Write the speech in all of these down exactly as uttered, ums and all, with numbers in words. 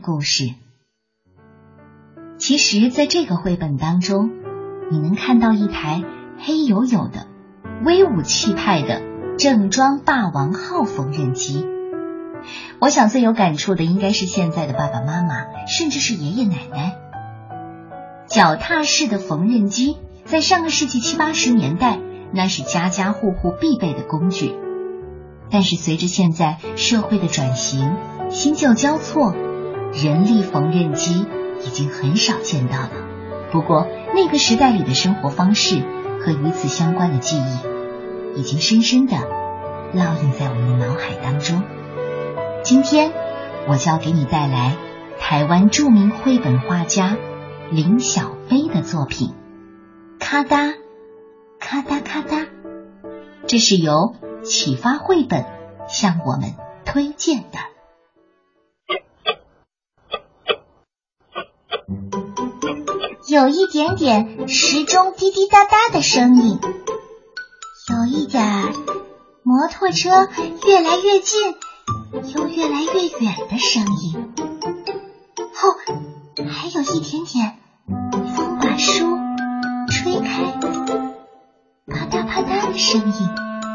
故事。其实在这个绘本当中，你能看到一台黑黝黝的威武气派的正装霸王号缝纫机。我想最有感触的应该是现在的爸爸妈妈，甚至是爷爷奶奶。脚踏式的缝纫机在上个世纪七八十年代，那是家家户户必备的工具。但是随着现在社会的转型，新旧交错，人力缝纫机已经很少见到了。不过那个时代里的生活方式和与此相关的记忆，已经深深地烙印在我们的脑海当中。今天我就要给你带来台湾著名绘本画家林小飞的作品咔嗒咔嗒咔嗒，这是由启发绘本向我们推荐的。有一点点时钟滴滴答答的声音，有一点儿摩托车越来越近又越来越远的声音，哦，还有一点点风把书吹开啪嗒啪嗒的声音，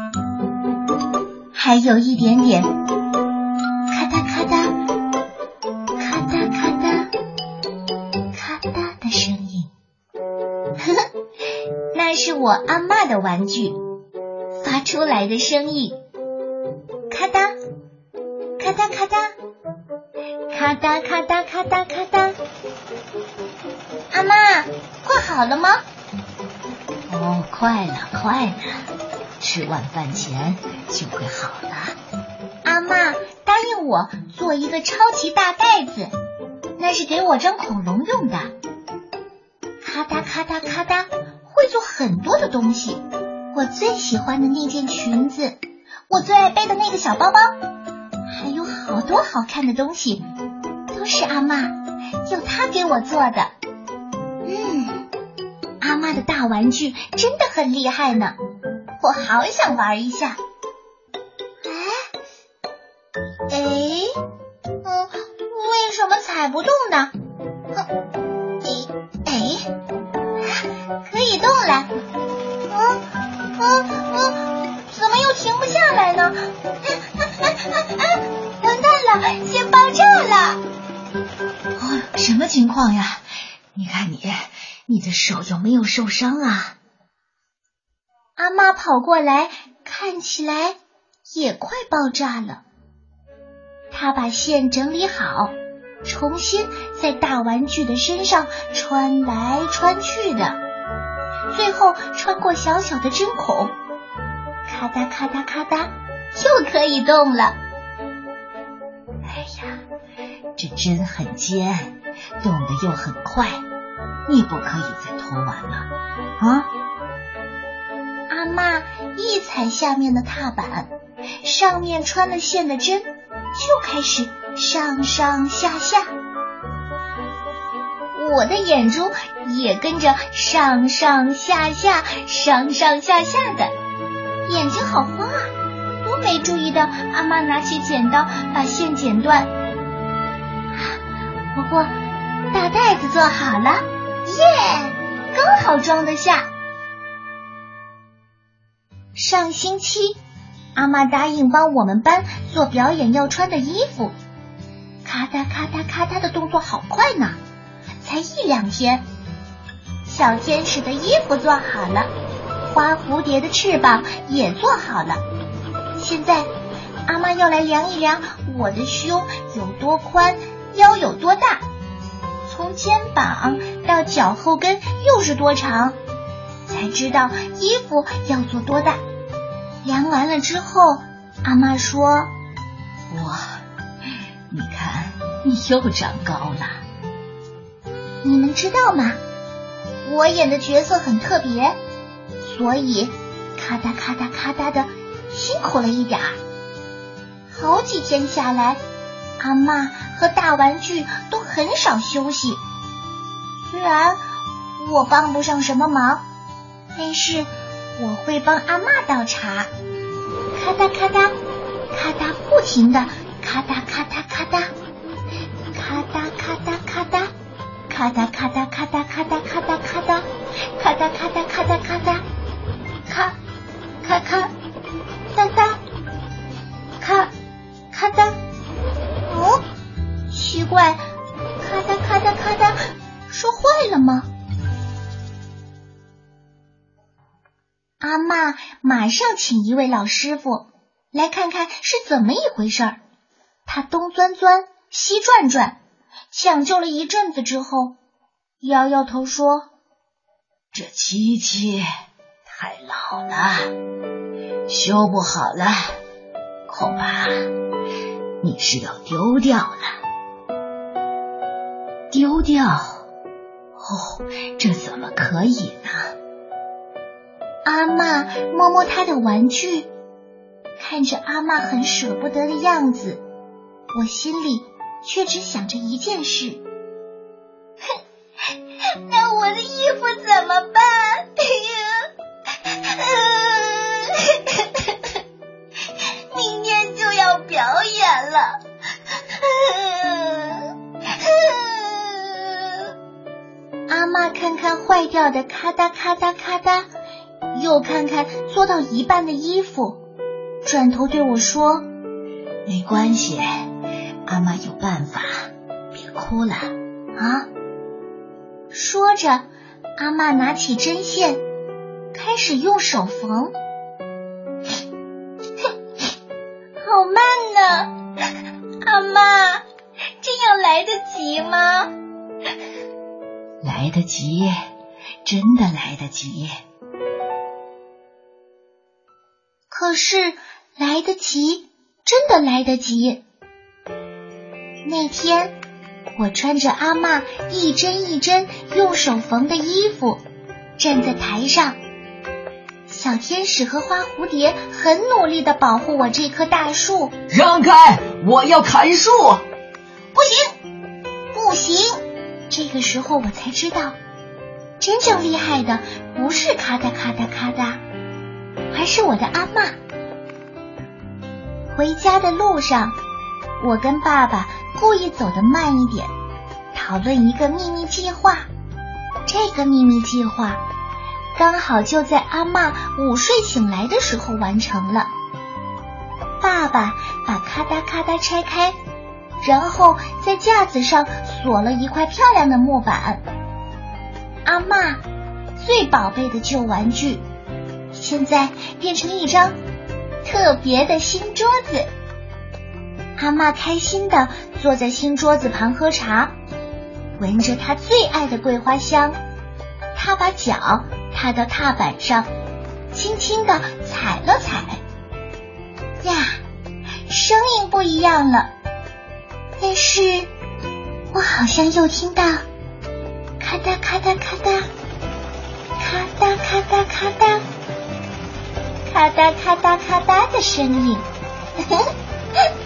还有一点点咔嗒咔嗒咔嗒咔嗒咔嗒的声音。呵呵，那是我阿嬷的玩具发出来的声音，咔嗒咔嗒咔嗒咔嗒咔嗒咔嗒咔嗒。阿嬷，快好了吗？哦，快了快了，吃晚饭前就会好了。阿嬷答应我做一个超级大袋子，那是给我装恐龙用的。咔嗒咔嗒咔嗒，会做很多的东西。我最喜欢的那件裙子，我最爱背的那个小包包，还有好多好看的东西，都是阿嬷用她给我做的。嗯，阿嬷的大玩具真的很厉害呢，我好想玩一下。哎，哎，嗯，为什么踩不动呢？哎，哎，可以动了。嗯嗯嗯，怎么又停不下来呢？啊啊啊啊！完蛋了，先爆炸了！哦，什么情况呀？你看你，你的手有没有受伤啊？阿嬷跑过来，看起来也快爆炸了。她把线整理好，重新在大玩具的身上穿来穿去的，最后穿过小小的针孔，咔嗒咔嗒咔嗒，又可以动了。哎呀，这针很尖，动得又很快，你不可以再偷玩了啊！阿嬷一踩下面的踏板，上面穿了线的针就开始上上下下，我的眼珠也跟着上上下下上上下下的，眼睛好花啊，都没注意到阿嬷拿起剪刀把线剪断。不过大袋子做好了，耶，刚好装得下。上星期阿嬷答应帮我们班做表演要穿的衣服，咔嗒咔嗒咔嗒的动作好快呢，才一两天，小天使的衣服做好了，花蝴蝶的翅膀也做好了。现在阿嬷要来量一量我的胸有多宽，腰有多大，从肩膀到脚后跟又是多长，才知道衣服要做多大。量完了之后，阿嬷说：哇，你看你又长高了。你们知道吗？我演的角色很特别，所以咔嗒咔嗒咔嗒的辛苦了一点儿。好几天下来，阿嬷和大玩具都很少休息。虽然我帮不上什么忙，但是我会帮阿嬷倒茶，咔嗒咔嗒咔嗒不停的咔嗒咔嗒咔嗒咔嗒咔嗒咔嗒咔嗒咔嗒咔嗒咔嗒，咔嗒咔嗒咔嗒咔嗒，咔咔咔哒哒，咔咔嗒。哦，奇怪，咔嗒咔嗒咔嗒，说坏了吗？阿嬷马上请一位老师傅来看看是怎么一回事儿。他东钻钻西转转，抢救了一阵子之后，摇摇头说： 这机器太老了，修不好了，恐怕你是要丢掉了。丢掉？哦，这怎么可以呢？ 阿嬷摸摸她的玩具，看着阿嬷很舍不得的样子，我心里却只想着一件事：那我的衣服怎么办？明天就要表演了。阿嬷看看坏掉的咔嗒咔嗒咔嗒，又看看做到一半的衣服，转头对我说： 没关系，阿嬷有办法，别哭了啊。说着，阿嬷拿起针线，开始用手缝。好慢呢，阿嬷，这样来得及吗？ 来得及，真的来得及。 可是来得及，真的来得及。那天我穿着阿嬷一针一针用手缝的衣服，站在台上，小天使和花蝴蝶很努力地保护我这棵大树。 让开，我要砍树！ 不行，不行！这个时候我才知道，真正厉害的不是咔嗒咔嗒咔嗒，而是我的阿嬷。回家的路上，我跟爸爸故意走得慢一点，讨论一个秘密计划。这个秘密计划刚好就在阿嬷午睡醒来的时候完成了。爸爸把咔嗒咔嗒拆开，然后在架子上锁了一块漂亮的木板。阿嬷最宝贝的旧玩具，现在变成一张特别的新桌子。阿嬷开心地坐在新桌子旁喝茶，闻着她最爱的桂花香。她把脚踏到踏板上，轻轻地踩了踩。呀，声音不一样了，但是我好像又听到咔嗒咔嗒咔嗒，咔嗒咔嗒咔嗒，咔嗒咔嗒咔嗒的声音。